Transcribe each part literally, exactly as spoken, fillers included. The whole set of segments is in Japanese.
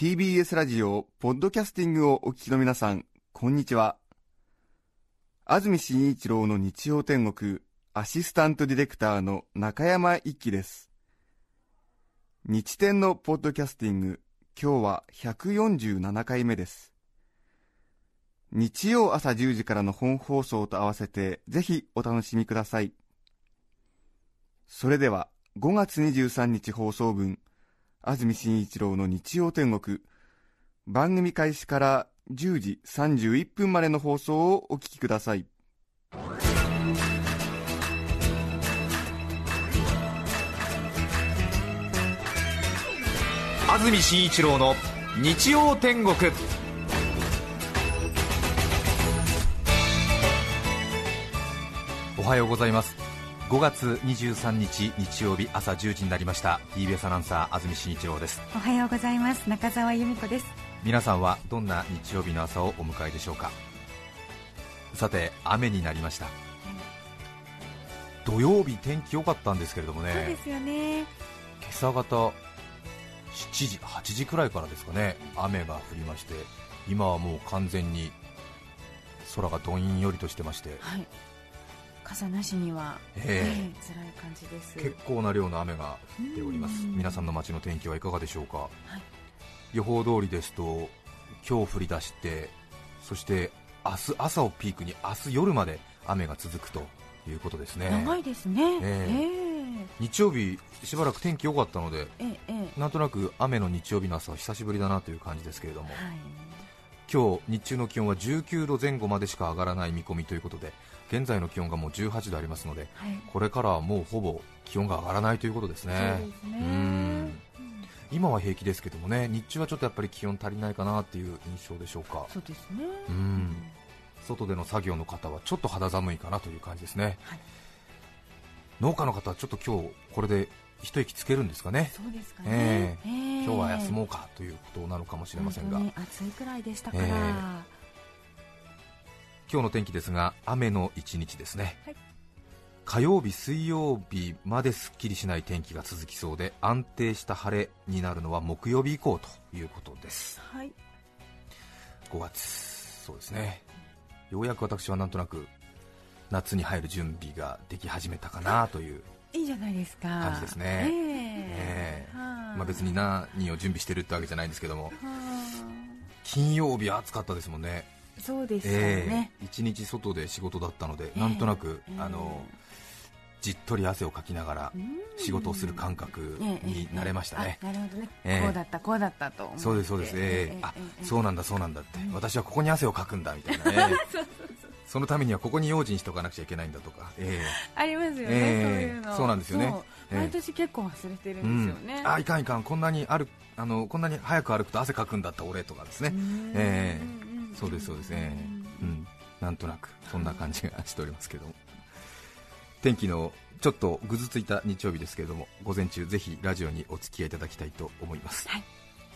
ティービーエス ラジオポッドキャスティングをお聞きの皆さん、こんにちは。安住紳一郎の日曜天国アシスタントディレクターの中山一輝です。日天のポッドキャスティング、今日はひゃくよんじゅうななかいめです。日曜朝じゅうじからの本放送と合わせてぜひお楽しみください。それではごがつにじゅうさんにち放送分、安住紳一郎の日曜天国、番組開始からじゅうじさんじゅういっぷんまでの放送をお聞きください。 安住紳一郎の日曜天国。おはようございます。ごがつにじゅうさんにち日曜日朝じゅうじになりました。 ティービーエス アナウンサー安住紳一郎です。 おはようございます。中澤由美子です。 皆さんはどんな日曜日の朝をお迎えでしょうか。さて、雨になりました、はい、土曜日天気良かったんですけれどもね。 そうですよね。 今朝方しちじはちじくらいからですかね、雨が降りまして、今はもう完全に空がどんよりとしてまして、はい、 傘なしには、えーえー、辛い感じです。 結構な量の雨が降っております。皆さんの街の天気はいかがでしょうか。はい、予報通りですと今日降り出して、そして明日朝をピークに明日夜まで雨が続くということですね。 長いですね。えーえー日曜日しばらく天気良かったので、 ええ、 なんとなく雨の日曜日の朝は久しぶりだなという感じですけれども、はい、今日日中の気温はじゅうきゅうどぜん後までしか上がらない見込みということで、現在の気温がもうじゅうはちどありますので、はい、これからはもうほぼ気温が上がらないということですね。 そうですね。 うーん、今は平気ですけどもね、日中はちょっとやっぱり気温足りないかなという印象でしょうか。 そうですね。 うん、外での作業の方はちょっと肌寒いかなという感じですね。はい、農家の方はちょっと今日これで一息つけるんですかね。 そうですかね、 えー、 今日は休もうかということなのかもしれませんが、 本当に暑いくらいでしたから、えー、 今日の天気ですが雨の一日ですね。はい、火曜日水曜日まですっきりしない天気が続きそうで、安定した晴れになるのは木曜日以降ということです。はい、ごがつ、そうですね、ようやく私はなんとなく夏に入る準備ができ始めたかなといういいじゃないですか感じですね。えーえーまあ、別に何を準備してるってわけじゃないんですけども、金曜日は暑かったですもんね。 そうですよね、 えー、一日外で仕事だったので、えー、なんとなく、えー、あのじっとり汗をかきながら仕事をする感覚になれましたね。 えーえーえー、なるほどね、えー、こうだったこうだったと思って。 そうですそうです、えーえー、あ、えー、そうなんだそうなんだって、私はここに汗をかくんだみたいなねそうそうそう、そのためにはここに用心しておかなくちゃいけないんだとか、えー、ありますよね、 えー、 そういうの。 そうなんですよね。 毎年結構忘れてるんですよね。 うん、あ、いかんいかん、こんなにあるあのこんなに早く歩くと汗かくんだった俺とかですね。えー、そうですそうですね、うん、なんとなくそんな感じがしておりますけども、天気のちょっとぐずついた日曜日ですけれども、午前中ぜひラジオにお付き合いいただきたいと思います。はい、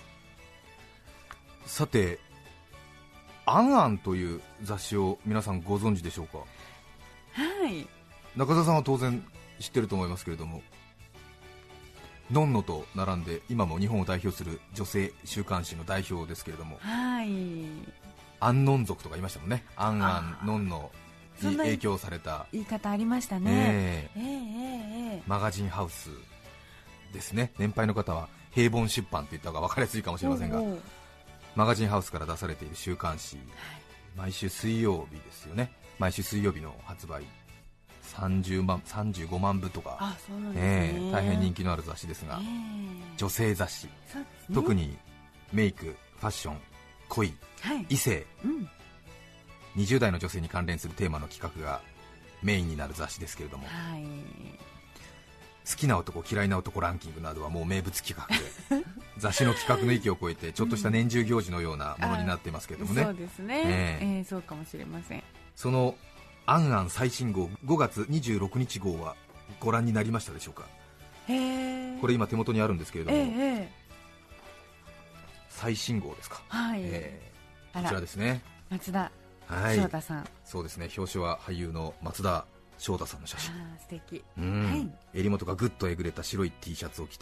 さて、アンアンという雑誌を皆さんご存知でしょうか。 はい、 中澤さんは当然知ってると思いますけれども、のんのと並んで今も日本を代表する女性週刊誌の代表ですけれども、 はい、 アンノン族とか言いましたもんね。アンアン、のんのに影響された言い方ありましたね。 えーえーえー、 マガジンハウスですね。年配の方は平凡出版と言った方が分かりやすいかもしれませんが、おうおう、マガジンハウスから出されている週刊誌、はい、毎週水曜日ですよね。毎週水曜日の発売、さんじゅうまんさんじゅうごまんぶとか、 あ、そうなんですね、 えー、大変人気のある雑誌ですが、えー、女性雑誌、ね、特にメイク、ファッション、恋、はい、異性、うん、にじゅう代の女性に関連するテーマの企画がメインになる雑誌ですけれども、はい、好きな男嫌いな男ランキングなどはもう名物企画で雑誌の企画の域を超えてちょっとした年中行事のようなものになっていますけれどもね、 うん、そうですね、えーえー、そうかもしれません。 そのアンアン最新号ごがつにじゅうろくにち号はご覧になりましたでしょうか。 へー、 これ今手元にあるんですけれども、 えー、 最新号ですか、 はい、 えー、こちらですね。 松田はい、 翔太さん、 そうですね、表紙は俳優の松田翔太さんの写真。 あ、素敵、 うん、 はい、 襟元がぐっとえぐれた白い T シャツを着て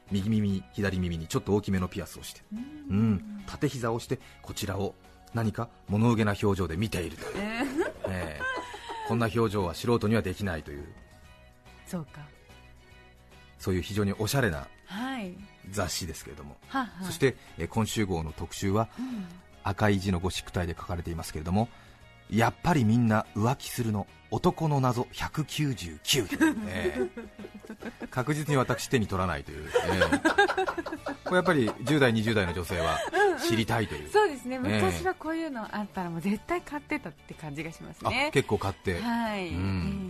右耳左耳にちょっと大きめのピアスをして、うん、うん、縦膝をしてこちらを何か物憂げな表情で見ているという、えーえー、こんな表情は素人にはできないという、 そうか、 そういう非常におしゃれな雑誌ですけれども、はい、そして、えー、今週号の特集は、うん、赤い字のゴシック体で書かれていますけれども、やっぱりみんな浮気するの男の謎ひゃくきゅうじゅうきゅうという、ね、確実に私手に取らないという、えー、これやっぱりじゅう代にじゅう代の女性は知りたいという、うんうん、 そうですね、昔はこういうのあったらもう絶対買ってたって感じがしますね。 あ、結構買って、はい、うん、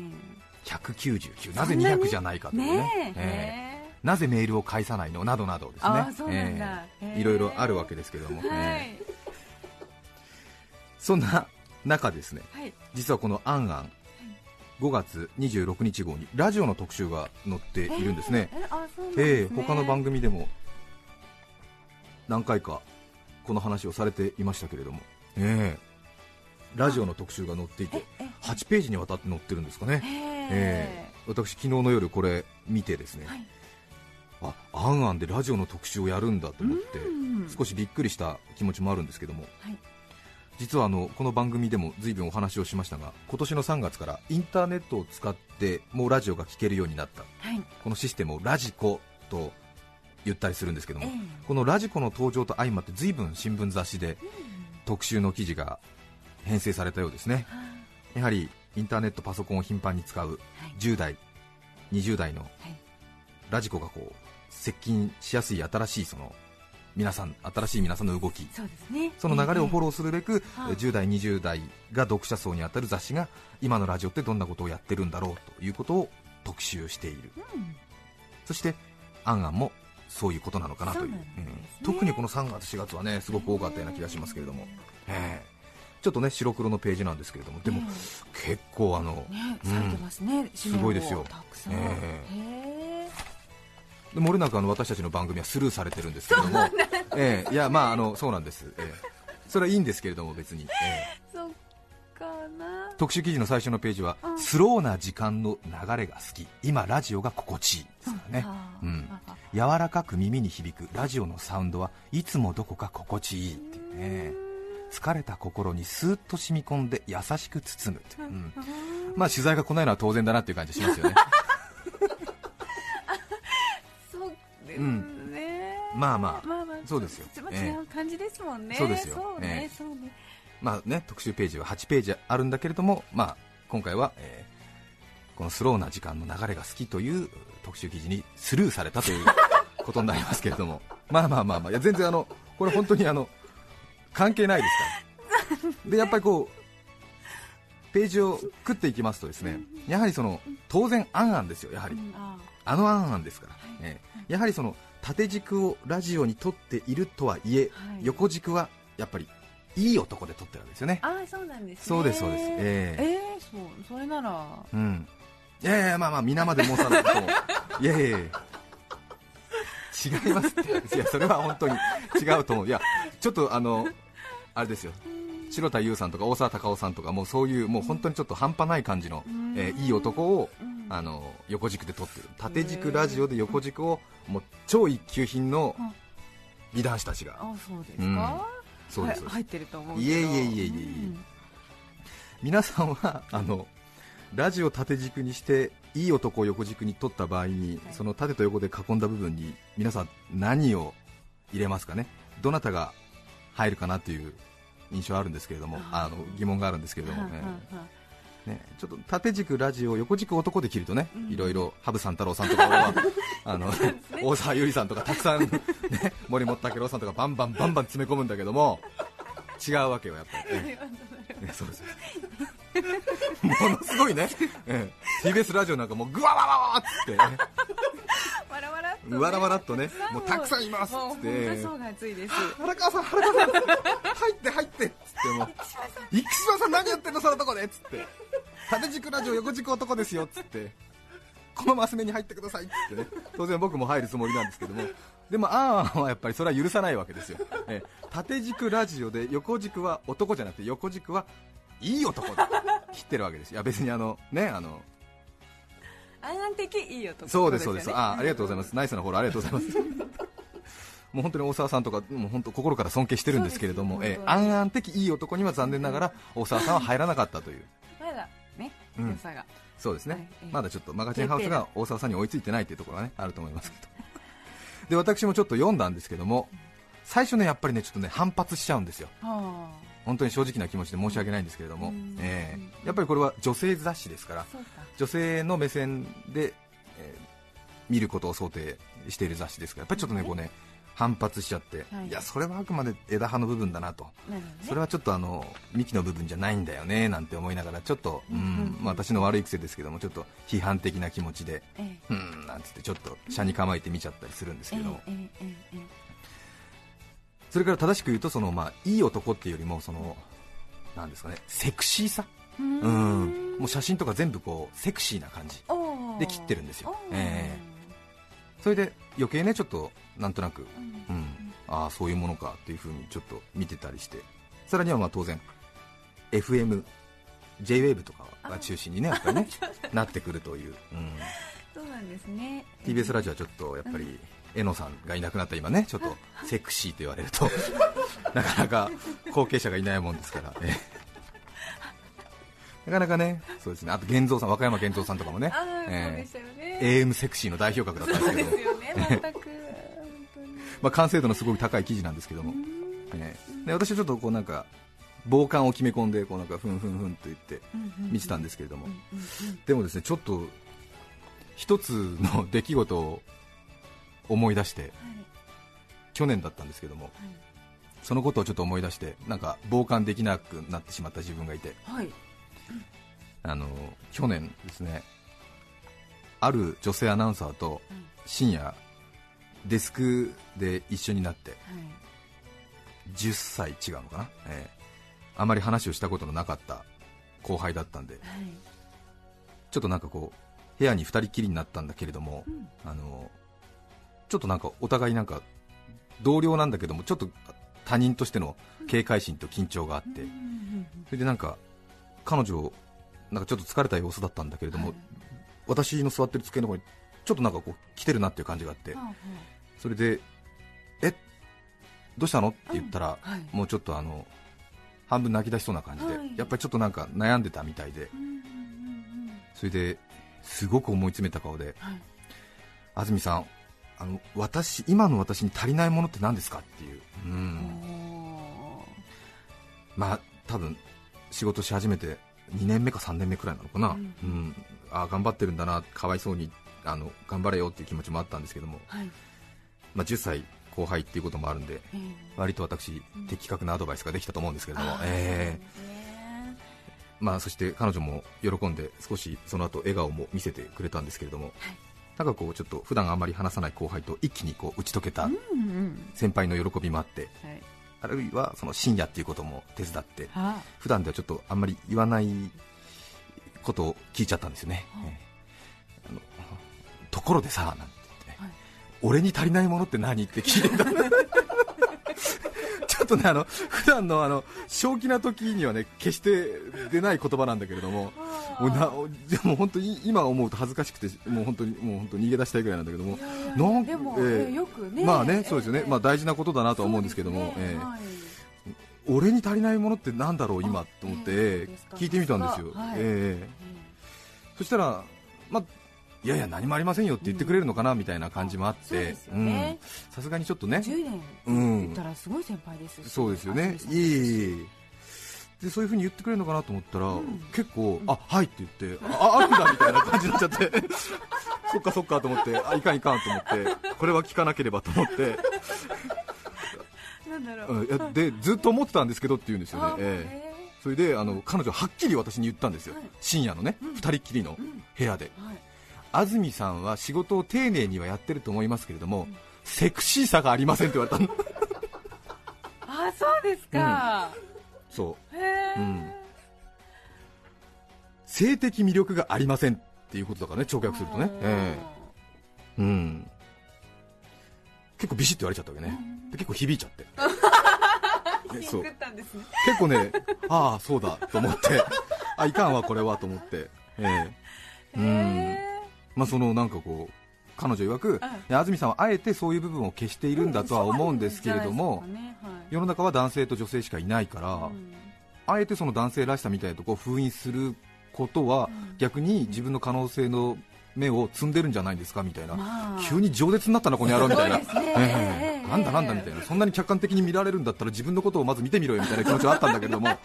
ひゃくきゅうじゅうきゅう、なぜにひゃくじゃないかというね、ねえー、なぜメールを返さないのなどなどですね、 あ、そうなんだ、 えー、いろいろあるわけですけれども、はい、えー、そんな中ですね、はい、実はこのアンアン、はい、ごがつにじゅうろくにち号にラジオの特集が載っているんですね。えー、他の番組でも何回かこの話をされていましたけれども、えー、ラジオの特集が載っていてはちページにわたって載ってるんですかね。えー、私昨日の夜これ見てですね、はい、あ、アンアンでラジオの特集をやるんだと思って少しびっくりした気持ちもあるんですけども、はい、実はあのこの番組でも随分お話をしましたが、今年のさんがつからインターネットを使ってもうラジオが聴けるようになった、はい、このシステムをラジコと言ったりするんですけども、えー、このラジコの登場と相まって随分新聞雑誌で特集の記事が編成されたようですね。やはりインターネットパソコンを頻繁に使うじゅう代にじゅう代のラジコがこう接近しやすい新しいその皆さん新しい皆さんの動き、 そうですね、その流れをフォローするべく、えー、じゅう代にじゅう代が読者層にあたる雑誌が今のラジオってどんなことをやってるんだろうということを特集している、うん、そしてアンアンもそういうことなのかなという、ね、うん、特にこのさんがつしがつはねすごく多かったような気がしますけれども、えー、ちょっとね白黒のページなんですけれども、でも、ね、結構あの、ね、 うん、されてますね、 すごいですよ、 たくさん、 えーでもれなくあの私たちの番組はスルーされてるんですけれども、えー、いやまああのそうなんです、えー、それはいいんですけれども別に、えー、そっかな。 特集記事の最初のページは、うん、スローな時間の流れが好き、今ラジオが心地いいですからね、うん、柔らかく耳に響くラジオのサウンドはいつもどこか心地いいっていうね、疲れた心にスーッと染み込んで優しく包むって、うん、まあ取材が来ないのは当然だなっていう感じしますよねうん、ね、まあまあ、まあまあ、そうですよ、 違う感じですもんね、 そうですよ、そうね、えー、そうね、まあね、特集ページははちページあるんだけれども、まあ、今回は、えー、このスローな時間の流れが好きという特集記事にスルーされたということになりますけれどもまあまあまあまあ、いや全然あのこれ本当にあの関係ないですからでやっぱりこうページを食っていきますとですね、やはりその当然アンアンですよ、やはり、うん、あ, あのアンアンですから、はい、えーやはりその縦軸をラジオに撮っているとはいえ、はい、横軸はやっぱりいい男で撮ってるわけですよね。 ああ、そうなんですね。 そうですそうです、えー、 えー、そう、それなら、 うん、いやいやまあまあ皆まで申さないといやいやいや違いますって、いやそれは本当に違うと思う。いやちょっとあのあれですよ、城田優さんとか大沢たかおさんとかもうそういうもう本当にちょっと半端ない感じの、えー、いい男をあの横軸で撮ってる、縦軸ラジオで横軸をもう超一級品の美男子たちが、 あ、そうですか、うん、そうです、入ってると思うけど、 いえいえいえいえいえ、うん、皆さんはあのラジオ縦軸にしていい男を横軸に撮った場合に、はい、その縦と横で囲んだ部分に皆さん何を入れますかね。どなたが入るかなという印象あるんですけれども、あの疑問があるんですけれどもね、ね、ちょっと縦軸ラジオ横軸男で切るとね、うん、いろいろ羽生さん太郎さんとかはあの、ね、大沢ゆりさんとかたくさん、ね、森本武郎さんとかバンバンバンバン詰め込むんだけども違うわけよやっぱり、ねね、そうですものすごいね、ええ、ティービーエス ラジオなんかもうグワワワワっつって、ね、 わらわらっと、 ね、わらわらっとね、もうたくさんいますっつって、 そうが熱いです。 原川さん原川さん入って入ってっつっても生島さん何やってんのそのとこでっつって、縦軸ラジオ横軸男ですよっつって、このマス目に入ってくださいっつってね、当然僕も入るつもりなんですけども、でもあーはやっぱりそれは許さないわけですよ、え縦軸ラジオで横軸は男じゃなくて横軸はいい男で切ってるわけです。いや別にあのね、あの安安的いい男、 そうですそうです、あありがとうございます、ナイスなフォローありがとうございますもう本当に大沢さんとかもう本当心から尊敬してるんですけれども、えー、安安的いい男には残念ながら大沢さんは入らなかったというまだね、 うん良さが、 そうですね、 はいえー、 まだちょっとマガジンハウスが大沢さんに追いついてないというところが、ね、あると思いますけどで私もちょっと読んだんですけども、最初ねやっぱりねちょっとね反発しちゃうんですよ、本当に正直な気持ちで申し訳ないんですけれども、えー、やっぱりこれは女性雑誌ですから、女性の目線で、えー、見ることを想定している雑誌ですから、やっぱりちょっとねこうね反発しちゃって、はい、いやそれはあくまで枝葉の部分だなと、なるほどね、それはちょっとあの幹の部分じゃないんだよねなんて思いながら、ちょっと、うんうんまあ、私の悪い癖ですけども、ちょっと批判的な気持ちで、ええ、うんなんつってちょっと車に構えて見ちゃったりするんですけど、ええええ、それから正しく言うとその、まあ、いい男っていうよりもそのなんですかね、セクシーさ、うん、もう写真とか全部こうセクシーな感じで切ってるんですよ、えー、それで余計ねちょっとなんとなく、うんうん、ああそういうものかっていう風にちょっと見てたりして、さらにはまあ当然 エフエム、ジェイウェーブ とかが中心にねやっぱりねなってくるという、うん、 そうなんですね。 ティービーエス ラジオはちょっとやっぱりえのさんがいなくなった今ねちょっとセクシーと言われるとなかなか後継者がいないもんですから、ね、なかなかね、そうですね、あと源三さん、和歌山源三さんとかもね、えー、エーエム セクシーの代表格だったんですけど、そうですよね、全くまあ完成度のすごく高い記事なんですけども、えー、で私はちょっとこうなんか傍観を決め込んでこうなんかふんふんふんと言って見てたんですけれども、でもですねちょっと一つの出来事を思い出して、はい、去年だったんですけども、はい、そのことをちょっと思い出してなんか傍観できなくなってしまった自分がいて、はい、あの去年ですね、ある女性アナウンサーと深夜デスクで一緒になって、はい、じゅっさい違うのかな、えー、あまり話をしたことのなかった後輩だったんで、はい、ちょっとなんかこう部屋にふたりきりになったんだけれども、うん、あのちょっとなんかお互いなんか同僚なんだけどもちょっと他人としての警戒心と緊張があって、うん、それでなんか彼女なんかちょっと疲れた様子だったんだけれども、はい、私の座ってる机の方にちょっとなんかこう来てるなっていう感じがあって、はい、それでえどうしたのって言ったら、うんはい、もうちょっとあの半分泣き出しそうな感じで、はい、やっぱりちょっとなんか悩んでたみたいで、うんうんうん、それですごく思い詰めた顔で、はい、安住さんあの私今の私に足りないものって何ですかっていう、うん、まあ多分仕事し始めてにねんめかさんねんめくらいなのかな、うんうん、あ頑張ってるんだな、かわいそうにあの頑張れよっていう気持ちもあったんですけども、はい、まあ、じゅっさい後輩っていうこともあるんで、えー、割と私、うん、的確なアドバイスができたと思うんですけども、えーまあ、そして彼女も喜んで少しその後笑顔も見せてくれたんですけれども、はい、なんかこうちょっと普段あまり話さない後輩と一気にこう打ち解けた先輩の喜びもあって、うんうん、はい、あるいはその深夜っていうことも手伝って、はあ、普段ではちょっとあんまり言わないことを聞いちゃったんですよね、はあ、えー、あのところでさなんて言って、はい、俺に足りないものって何って聞いてたちょっとねあの普段のあの正気な時にはね決して出ない言葉なんだけれども、もうなでも本当に今思うと恥ずかしくてもう本当にもう本当に逃げ出したいぐらいなんだけども、なんでも、えー、よくね、まあねそうですよね、えー、まあ大事なことだなとは思うんですけども、ね、えーはい、俺に足りないものってなんだろう今と思って、えー、聞いてみたんですよ、はい、えー、そしたらまあいやいや何もありませんよって言ってくれるのかなみたいな感じもあって、さすがにちょっとねじゅうねん言ったらすごい先輩ですし、 うん、そうですよね、いいいでそういう風に言ってくれるのかなと思ったら、うん、結構、うん、あはいって言ってああるんだみたいな感じになっちゃってそっかそっかと思ってあいかんいかんと思ってこれは聞かなければと思ってなんだろう、 うん、いやでずっと思ってたんですけどって言うんですよね、えー、それであの彼女はっきり私に言ったんですよ、はい、深夜のね、うん、ふたりっきりの部屋で、うんはい、安住さんは仕事を丁寧にはやってると思いますけれども、うん、セクシーさがありませんって言われたのあ、そうですか、 うん、そう、へー、うん、性的魅力がありませんっていうことだからね、直訳するとね、えーうん、結構ビシッと言われちゃったわけね、うん、で結構響いちゃってそう結構ね、ああそうだと思ってあいかんわこれはと思って、えー、うんまあ、そのなんかこう彼女曰く、安住さんはあえてそういう部分を消しているんだとは思うんですけれども、世の中は男性と女性しかいないから、あえてその男性らしさみたいなところを封印することは、逆に自分の可能性の目を積んでるんじゃないですかみたいな、まあ、急に饒舌になったなこの野郎みたいな、えー、なんだなんだみたいな、そんなに客観的に見られるんだったら自分のことをまず見てみろよみたいな気持ちはあったんだけれども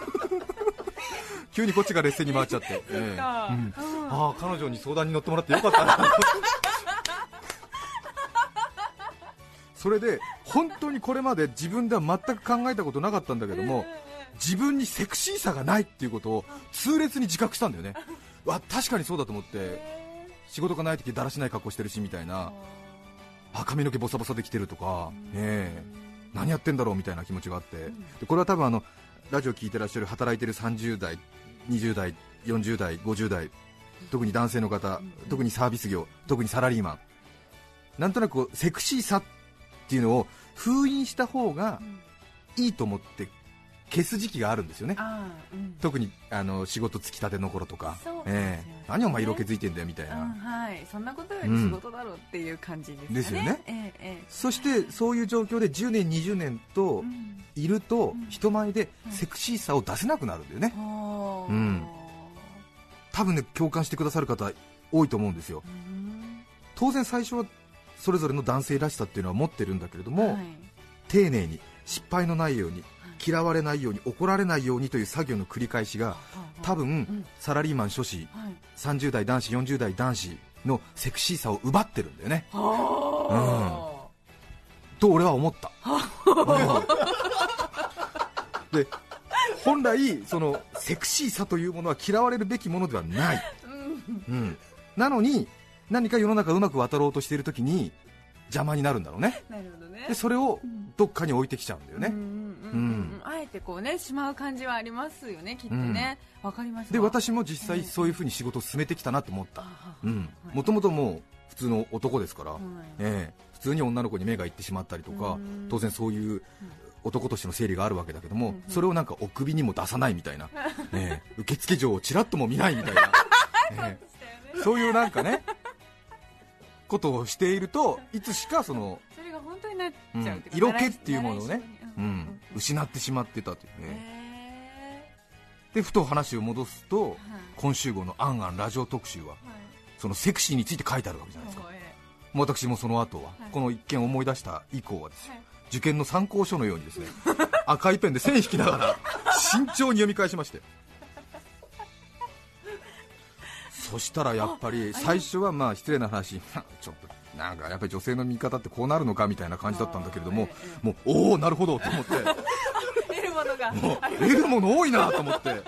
急にこっちが劣勢に回っちゃって、えーうん、ああ彼女に相談に乗ってもらってよかったなそれで本当にこれまで自分では全く考えたことなかったんだけども、自分にセクシーさがないっていうことを痛烈に自覚したんだよね。わ確かにそうだと思って、仕事がないときだらしない格好してるしみたいな、あ髪の毛ボサボサできてるとか、ね、何やってんだろうみたいな気持ちがあって、でこれは多分あのラジオ聞いてらっしゃる働いてるさんじゅう代、にじゅう代、よんじゅう代、ごじゅう代、特に男性の方、特にサービス業、特にサラリーマン、なんとなくこうセクシーさっていうのを封印した方がいいと思って消す時期があるんですよね、うん、特にあの仕事つきたての頃とか、ねえー、何お前色気づいてんだよみたいな、 うんはい、そんなことより仕事だろうっていう感じですね、うん、 ですよね、 えーえー、 そしてそういう状況でじゅうねんにじゅうねんといると、うん、人前でセクシーさを出せなくなるんだよね、うんうん、多分ね共感してくださる方多いと思うんですよ、うん、当然最初はそれぞれの男性らしさっていうのは持ってるんだけれども、はい、丁寧に失敗のないように、嫌われないように、怒られないようにという作業の繰り返しが多分、うん、サラリーマン諸子、はい、さんじゅう代男子、よんじゅう代男子のセクシーさを奪ってるんだよね、うん、と俺は思ったで本来そのセクシーさというものは嫌われるべきものではない、うん、なのに何か世の中うまく渡ろうとしているときに邪魔になるんだろうね。 なるほどね。 でそれをどっかに置いてきちゃうんだよね、うんうんうんうん、あえてこうねしまう感じはありますよねきっとね、わ、うん、かりますで私も実際そういう風に仕事を進めてきたなと思った、もともともう普通の男ですから、はいえー、普通に女の子に目がいってしまったりとか、当然そういう男としての生理があるわけだけども、それをなんかお首にも出さないみたいな、えー、受付嬢をちらっとも見ないみたいな、えー、そういうなんかねことをしていると、いつしかそのそれが本当になっちゃう、うん、 色気っていうものをね、うんうん、失ってしまってたというね。でふと話を戻すと、はい、今週号のアンアンラジオ特集は、はい、そのセクシーについて書いてあるわけじゃないですか、はい、もう私もその後は、はい、この一件思い出した以降はですよ、はい、受験の参考書のようにですね赤いペンで線引きながら慎重に読み返しましてそしたらやっぱり最初はまあ失礼な話ちょっとなんかやっぱり女性の見方ってこうなるのかみたいな感じだったんだけれども、もうおおなるほどと思って得るものがもう得るもの多いなと思って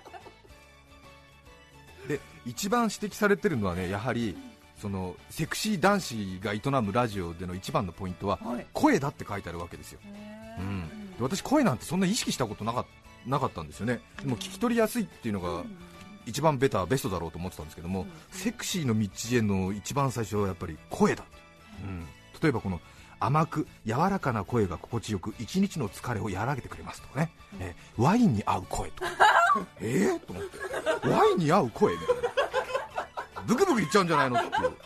で一番指摘されてるのはね、やはりそのセクシー男子が営むラジオでの一番のポイントは声だって書いてあるわけですよ、うん、で私声なんてそんな意識したことなか、なかったんですよね。でも聞き取りやすいっていうのが一番ベターベストだろうと思ってたんですけども、セクシーの道への一番最初はやっぱり声だ、うん、例えばこの甘く柔らかな声が心地よく一日の疲れを和らげてくれますとかね、えー、ワインに合う声とかえーと思ってワインに合う声みたいなブクブクいっちゃうんじゃないのっていう、うん、す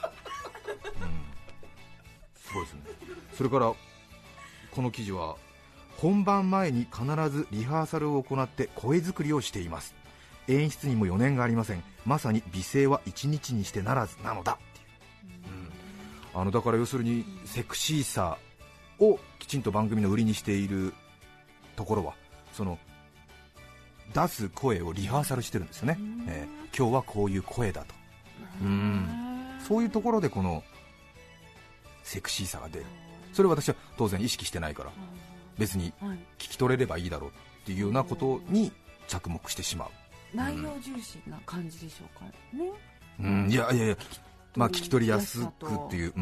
ごいですね。それからこの記事は本番前に必ずリハーサルを行って声作りをしています。演出にも余念がありません。まさに美声は一日にしてならずなのだっていう、うん、あのだから要するにセクシーさをきちんと番組の売りにしているところはその出す声をリハーサルしてるんですよね、えー、今日はこういう声だと、うん、そういうところでこのセクシーさが出る。それは私は当然意識してないから別に聞き取れればいいだろうっていうようなことに着目してしまう。 内容重視な感じでしょうかね、 うん、いやいやいや、まあ、聞き取りやすくっていう、うん、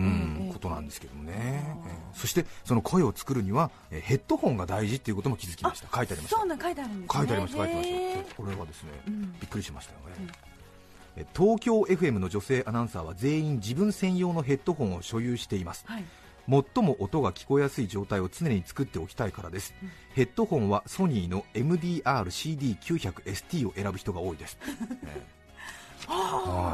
ことなんですけどもね、えー、そしてその声を作るにはヘッドホンが大事っていうことも気づきました。書いてありました。 そうなん書いてあるんですね。 書いてありました書いてましたこれはですね、うん、びっくりしましたよね、うん、東京 エフエム の女性アナウンサーは全員自分専用のヘッドホンを所有しています、はい、最も音が聞こえやすい状態を常に作っておきたいからです、うん、ヘッドホンはソニーの エムディーアールシーディーきゅうひゃくエスティー を選ぶ人が多いです、えー、 はあ、そんな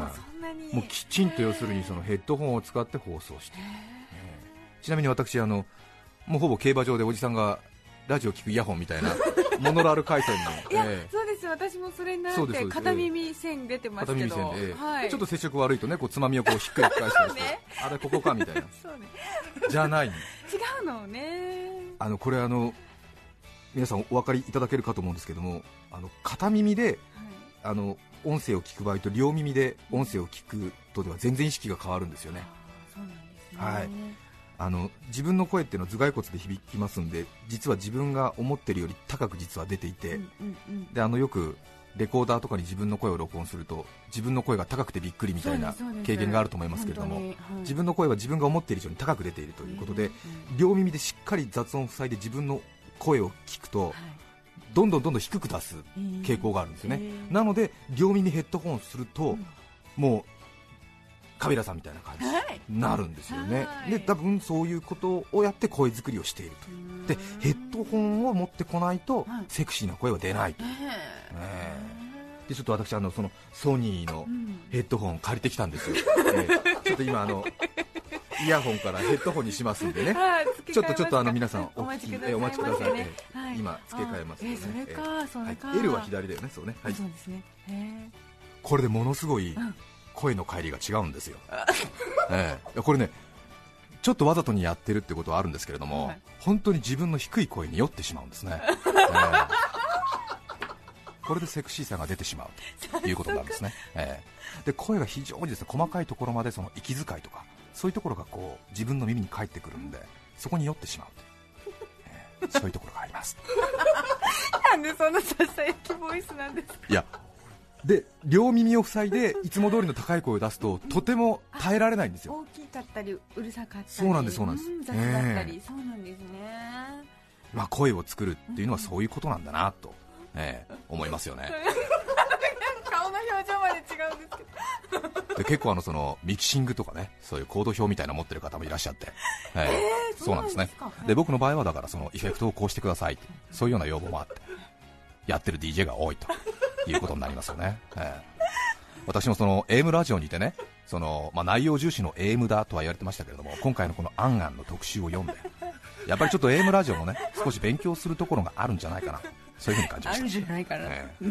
なにもうきちんと要するにそのヘッドホンを使って放送して、えー、ちなみに私あのもうほぼ競馬場でおじさんがラジオ聞くイヤホンみたいなモノラル回線のいや、えー、そうです、私もそれになって片耳線出てますけど、 片耳線、えーはい、 ちょっと接触悪いとね、こうつまみをこうひっくり返したりして、ね、あれここかみたいなそう、ね、 じゃないの、 違うのね。 あのこれあの皆さんお分かりいただけるかと思うんですけども、あの片耳で、はい、あの音声を聞く場合と両耳で音声を聞くとでは全然意識が変わるんですよね。 あ、そうなんですね。 はい、あの自分の声っていうのは頭蓋骨で響きますんで、実は自分が思ってるより高く実は出ていて、うんうんうん、であのよくレコーダーとかに自分の声を録音すると自分の声が高くてびっくりみたいな経験があると思いますけれども、はい、自分の声は自分が思っている以上に高く出ているということで、うんうん、両耳でしっかり雑音を塞いで自分の声を聞くと、はい、どんどんどんどん低く出す傾向があるんですよね、えー、なので両耳ヘッドホンをすると、うん、もうカビラさんみたいな感じになるんですよね、はい、で多分そういうことをやって声作りをしていると。でヘッドホンを持ってこないとセクシーな声は出ないと、はい、えー、でちょっと私あのそのソニーのヘッドホン借りてきたんですよ、えー、ちょっと今あのイヤホンからヘッドホンにしますんでね、はい、ちょっとちょっとあの皆さんお聞きえお待ちくださいね、はい、今付け替えますので、ね、 えー、それか、それか、 はい、L は左だよね、そうね、はい、 そうですね、へー、 これでものすごい、うん、声の帰りが違うんですよ、ええ、これねちょっとわざとにやってるってことはあるんですけれども、はい、本当に自分の低い声に酔ってしまうんですね、ええ、これでセクシーさが出てしまうということなんですね、ええ、で声が非常にです、ね、細かいところまでその息遣いとかそういうところがこう自分の耳に返ってくるんで、そこに酔ってしまうと、ええ、そういうところがありますなんでそんなささやきボイスなんですか。 いやで両耳を塞いでいつも通りの高い声を出すととても耐えられないんですよ。 大きかったりうるさかったり、 そうなんです、そうなんです、 雑だったり、えー、そうなんですね。 まあ、声を作るっていうのはそういうことなんだなと、えー、思いますよね顔の表情まで違うんですけどで結構あのそのミキシングとかね、そういうコード表みたいなの持ってる方もいらっしゃって、えーえー、そうなんですね。で僕の場合はだからそのエフェクトをこうしてくださいって、そういうような要望もあってやってる ディージェー が多いということになりますよね、えー、私もその エーエム ラジオにてね、その、まあ、内容重視の エーエム だとは言われてましたけれども、今回のこのアンアンの特集を読んでやっぱりちょっと エーエム ラジオもね少し勉強するところがあるんじゃないかな、そういうふうに感じました。 あるんじゃないかな、 えー、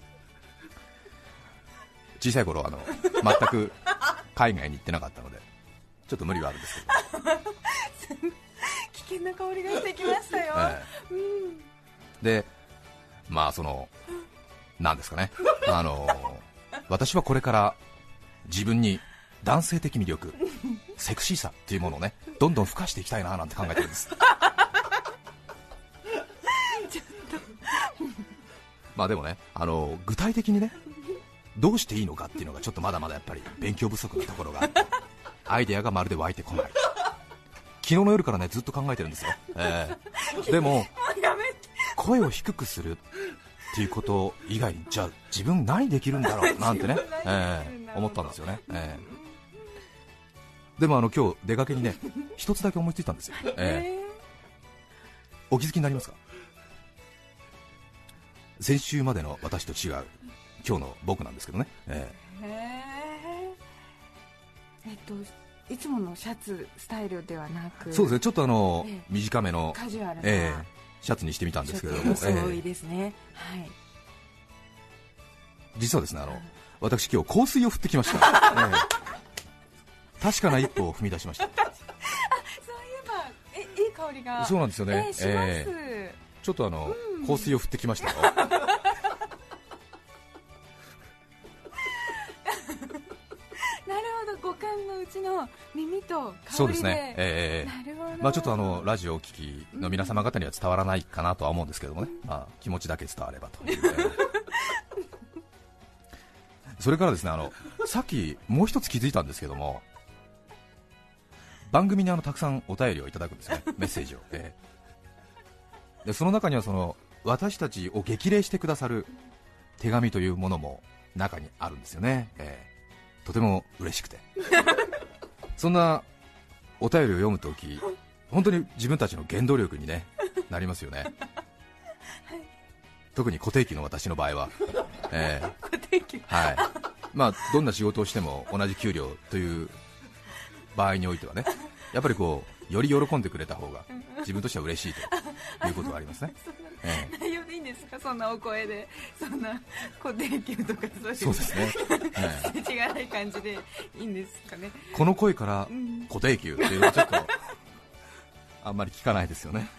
小さい頃あの全く海外に行ってなかったのでちょっと無理はあるんですけど危険な香りがしてきましたよ、えーうん、 でまあそのなんですかね、あの私はこれから自分に男性的魅力セクシーさっていうものをねどんどん付加していきたいななんて考えてるんですまあでもね、あの具体的にねどうしていいのかっていうのがちょっとまだまだやっぱり勉強不足なところがあってアイデアがまるで湧いてこない。昨日の夜からねずっと考えてるんですよ、えー、でも声を低くするっていうこと以外にじゃあ自分何できるんだろうなんてね、えー、思ったんですよね、えー、でもあの今日出かけにね一つだけ思いついたんですよ、えー、お気づきになりますか。先週までの私と違う今日の僕なんですけどね、えー、 へえっといつものシャツスタイルではなく、 そうですね、ちょっとあの、えー、短めのカジュアルな、 えーシャツにしてみたんですけれども、 そういいですね、えーはい、 実はですねあの、はい、私今日香水を振ってきました、えー、確かな一歩を踏み出しましたあ、そういえばえいい香りがそうなんですよね、 えーしますえー、ちょっとあの、うん、香水を振ってきましたよなるほど、五感のうちの耳と香りで、 そうですね、えー、 なるほど、 まあ、ちょっとあのラジオをお聞きの皆様方には伝わらないかなとは思うんですけどもね、うん、まあ、気持ちだけ伝わればという、ね、それからですねあのさっきもう一つ気づいたんですけども、番組にあのたくさんお便りをいただくんですねメッセージを、えー、でその中にはその私たちを激励してくださる手紙というものも中にあるんですよね、えーとても嬉しくてそんなお便りを読むとき本当に自分たちの原動力に、ね、なりますよね、はい、特に固定期の私の場合は、えー、 固定期、 はい、 まあ、どんな仕事をしても同じ給料という場合においてはね、やっぱりこうより喜んでくれた方が自分としては嬉しいということがありますね。 ええ、内容でいいんですか、そんなお声で、そんな固定給とかそういう、 そうですね、 ええ、違わない感じでいいんですかね。 この声から固定給っていうのはちょっとあんまり聞かないですよね。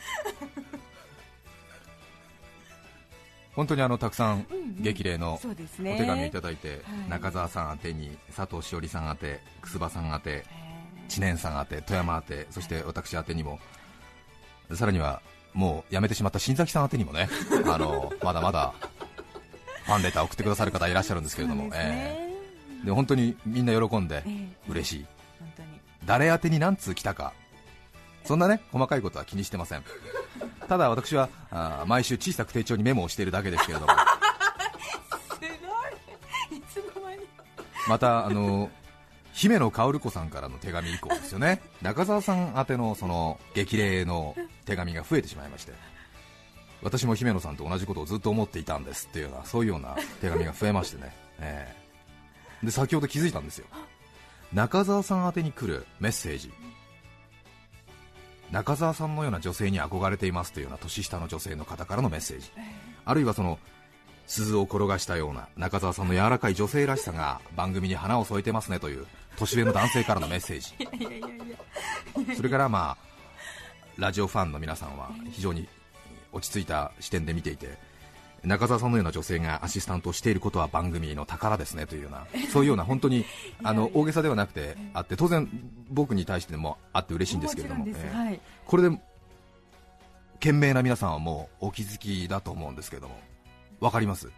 本当にあのたくさん激励のお手紙をいただいて、うんうんね、中澤さん宛てに佐藤しおりさん宛て、楠葉さん宛て、知念さん宛て、富山宛て、そして私宛てにも、さらにはもう辞めてしまった新崎さん宛てにもね、あのまだまだファンレターを送ってくださる方いらっしゃるんですけれども、で、ねえー、で本当にみんな喜んで嬉しい、えー、本当に誰宛てに何通来たか、そんなね細かいことは気にしてません。ただ私はあ毎週小さく手帳にメモをしているだけですけれどもすごい、いつの間に。 またあの姫野薫子さんからの手紙以降ですよね、中澤さん宛てのその激励の手紙が増えてしまいまして、私も姫野さんと同じことをずっと思っていたんですっていうような、そういうような手紙が増えましてね、えー、で先ほど気づいたんですよ。中澤さん宛てに来るメッセージ、中澤さんのような女性に憧れていますというような年下の女性の方からのメッセージ、あるいはその鈴を転がしたような中澤さんの柔らかい女性らしさが番組に花を添えてますねという年上の男性からのメッセージ、それからまあラジオファンの皆さんは非常に落ち着いた視点で見ていて、中澤さんのような女性がアシスタントをしていることは番組の宝ですねというような、そういうような本当にあの大げさではなくてあって、当然僕に対してもあって嬉しいんですけれども、えーはい、これで賢明な皆さんはもうお気づきだと思うんですけれども、わかります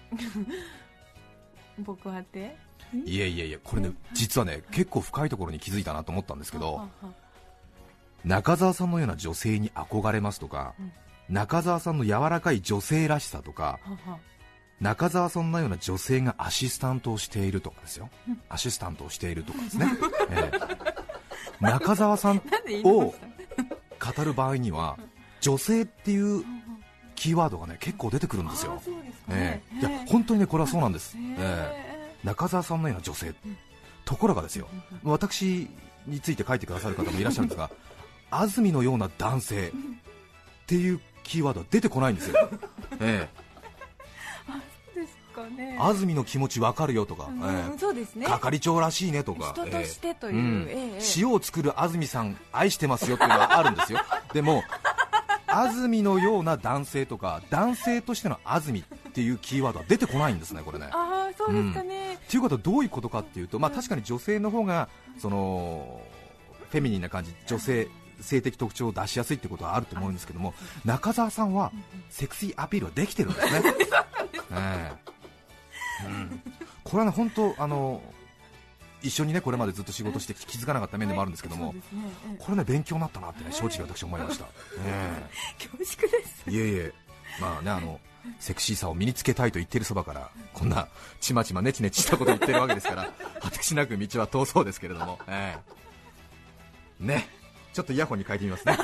僕はっていやいやいや、これね実はね結構深いところに気づいたなと思ったんですけど、中澤さんのような女性に憧れますとか、中澤さんの柔らかい女性らしさとか、中澤さんのような女性がアシスタントをしているとかですよ、アシスタントをしているとかですね、えー、中澤さんを語る場合には女性っていうキーワードがね結構出てくるんですよ。えー、いや本当にねこれはそうなんです、えー、中澤さんのような女性、ところがですよ、私について書いてくださる方もいらっしゃるんですが、安住のような男性っていうキーワードは出てこないんですよ、ええ、 あ、そうですかね。 安住の気持ちわかるよとか、 うんええ、そうですね、 係長らしいねとか、 人としてという、 ええうん、塩を作る安住さん愛してますよっていうのがあるんですよ。でも安住のような男性とか男性としての安住っていうキーワードは出てこないんですね、これね。 ああ、そうですかね。 と、うん、いうことはどういうことかっていうと、まあ、確かに女性の方がそのフェミニンな感じ、女性性的特徴を出しやすいってことはあると思うんですけども、中澤さんはセクシーアピールはできてるんですね。えーうん、これはね本当あの一緒にねこれまでずっと仕事して気づかなかった面でもあるんですけども、はいねえー、これね勉強になったなってね正直私思いました。えー、恐縮です。 いえいえ、まあねあのセクシーさを身につけたいと言ってるそばからこんなちまちまネチネチしたことを言ってるわけですから果てしなく道は遠そうですけれども、えー、ねちょっとイヤホンに変えてみますね。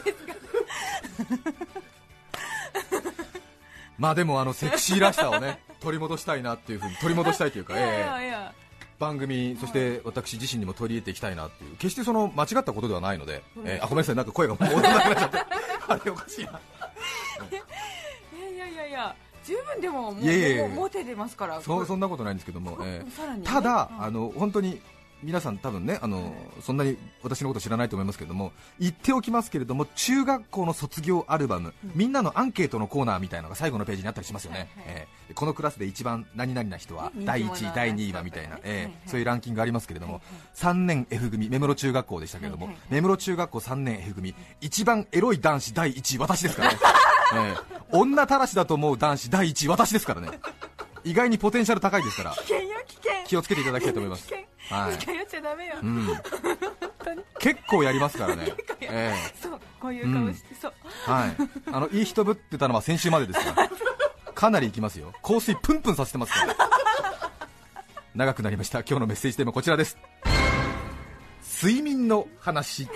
まあでもあのセクシーらしさをね取り戻したいなっていうふうに取り戻したいというか、えー、番組そして私自身にも取り入れていきたいなっていう、決してその間違ったことではないので、えー、あごめんなさい、なんか声がもうなくなっちゃってあれおかしいな。 いやいやいや十分でももういやいやいやモテてますから。 そ, そんなことないんですけども、えーね、 ただあの本当に皆さん多分ねあのそんなに私のこと知らないと思いますけれども、言っておきますけれども、中学校の卒業アルバム、うん、みんなのアンケートのコーナーみたいなのが最後のページにあったりしますよね、はいはい、えー、このクラスで一番何々な人はだいいちいだいにいはみたいな、えーはいはい、そういうランキングがありますけれども、はいはい、さんねん F 組目室中学校でしたけれども、はいはい、目室中学校さんねん F 組一番エロい男子だいいちい私ですからね、えー、女たらしだと思う男子だいいちい私ですからね。意外にポテンシャル高いですから危険よ危険、 気をつけていただきたいと思います。 はい、近寄っちゃダメよ、うん、 結構やりますからね。えー、そうこういう顔して、うん、そう、 はい、あのいい人ぶってたのは先週までですからかなりいきますよ。香水プンプンさせてますから長くなりました。今日のメッセージテーマこちらです。睡眠の話。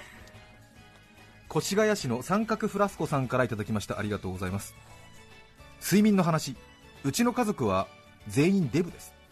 越谷市の三角フラスコさんからいただきました。ありがとうございます。睡眠の話、うちの家族は全員デブです。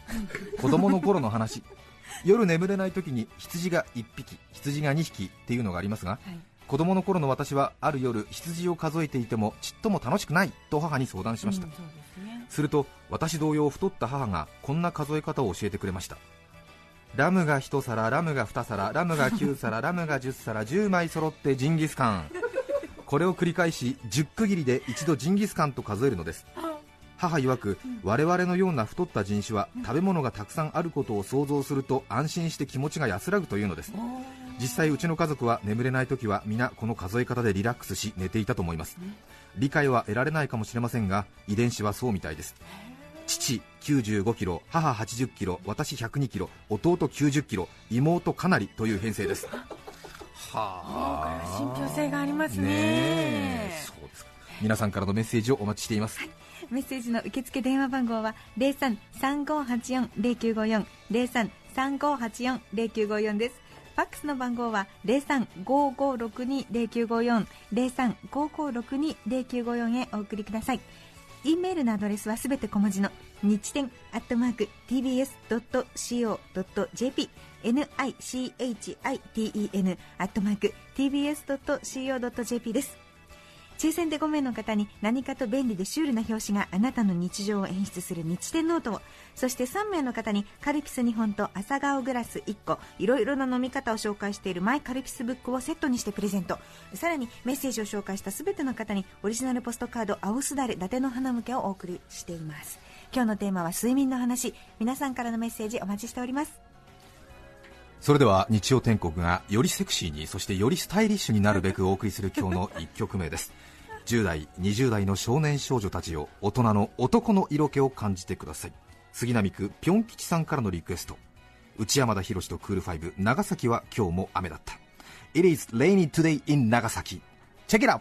子供の頃の話、夜眠れない時に羊がいっぴき、羊がにひきっていうのがありますが、はい、子供の頃の私はある夜羊を数えていてもちっとも楽しくないと母に相談しました、うん、そうですね、すると私同様太った母がこんな数え方を教えてくれました。ラムがいち皿、ラムがに皿、ラムがきゅう皿、ラムがじゅっ皿、じゅうまい揃ってジンギスカン。これを繰り返しじゅっ区切りで一度ジンギスカンと数えるのです。母曰く、我々のような太った人種は食べ物がたくさんあることを想像すると安心して気持ちが安らぐというのです。実際うちの家族は眠れない時は皆この数え方でリラックスし寝ていたと思います。理解は得られないかもしれませんが遺伝子はそうみたいです。父きゅうじゅうごキロ、母はちじゅっキロ、私ひゃくにキロ、弟きゅうじゅっキロ、妹かなりという編成です。はあ、信憑性があります ね, ねそうですか。皆さんからのメッセージをお待ちしています、はい、 メッセージの受付電話番号は ゼロさん さんごはちよん ゼロきゅうごよん ゼロさん さんごはちよん ゼロきゅうごよん です。ファックスの番号は ゼロさん ごーごーろくに ゼロきゅうごよん ゼロさん ごーごーろくに ゼロきゅうごよん へお送りください。 E メールのアドレスはすべて小文字の日天アットマーク ティービーエスドットシーオードットジェーピー ニチテン アットマーク ティービーエスドットシーオードットジェーピー です。抽選でごめいの方に何かと便利でシュールな表紙があなたの日常を演出する日天ノートを、そしてさんめいの方にカルピスにほんと朝顔グラスいっこ、いろいろな飲み方を紹介しているマイカルピスブックをセットにしてプレゼント。さらにメッセージを紹介したすべての方にオリジナルポストカード青すだれ伊達の花向けをお送りしています。今日のテーマは睡眠の話。皆さんからのメッセージお待ちしております。 それでは日曜天国がよりセクシーに、そしてよりスタイリッシュになるべくお送りする今日のいっきょくめです。じゅう代、にじゅう代の少年少女たちよ、大人の男の色気を感じてください。杉並区ぴょん吉さんからのリクエスト。内山田博とクールファイブ、長崎は今日も雨だった。 It is rainy today in 長崎。 Check it out。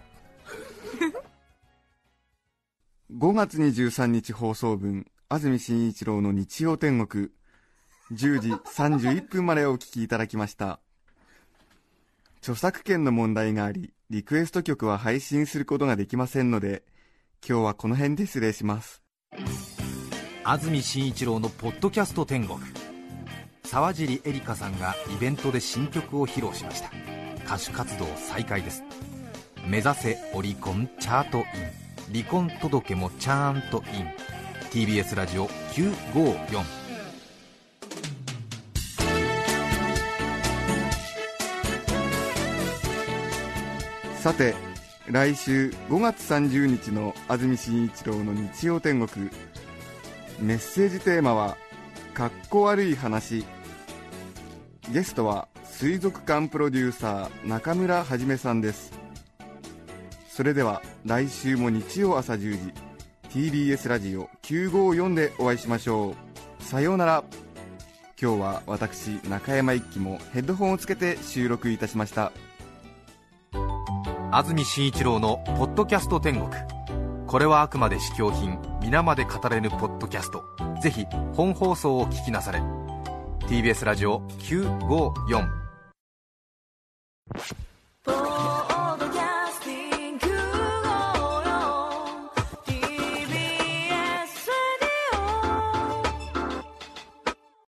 ごがつにじゅうさんにち放送分、安住紳一郎の日曜天国、じゅうじさんじゅういっぷんまでお聞きいただきました。著作権の問題があり、リクエスト曲は配信することができませんので、今日はこの辺で失礼します。 安住紳一郎のポッドキャスト天国、沢尻エリカさんがイベントで新曲を披露しました。歌手活動再開です。目指せオリコンチャートイン、離婚届もちゃんとイン。 ティービーエス ラジオきゅうごよん。 さて、来週ごがつさんじゅうにちの安住紳一郎の日曜天国、メッセージテーマはかっこ悪い話。ゲストは水族館プロデューサー中村はじめさんです。それでは来週も日曜朝じゅうじ ティービーエス ラジオきゅうごよんでお会いしましょう。さようなら。今日は私中山一輝もヘッドホンをつけて収録いたしました。 安住紳一郎のポッドキャスト天国。これはあくまで試供品、皆まで語れぬポッドキャスト。ぜひ本放送を聞きなされ。 ティービーエス ラジオきゅうごよん。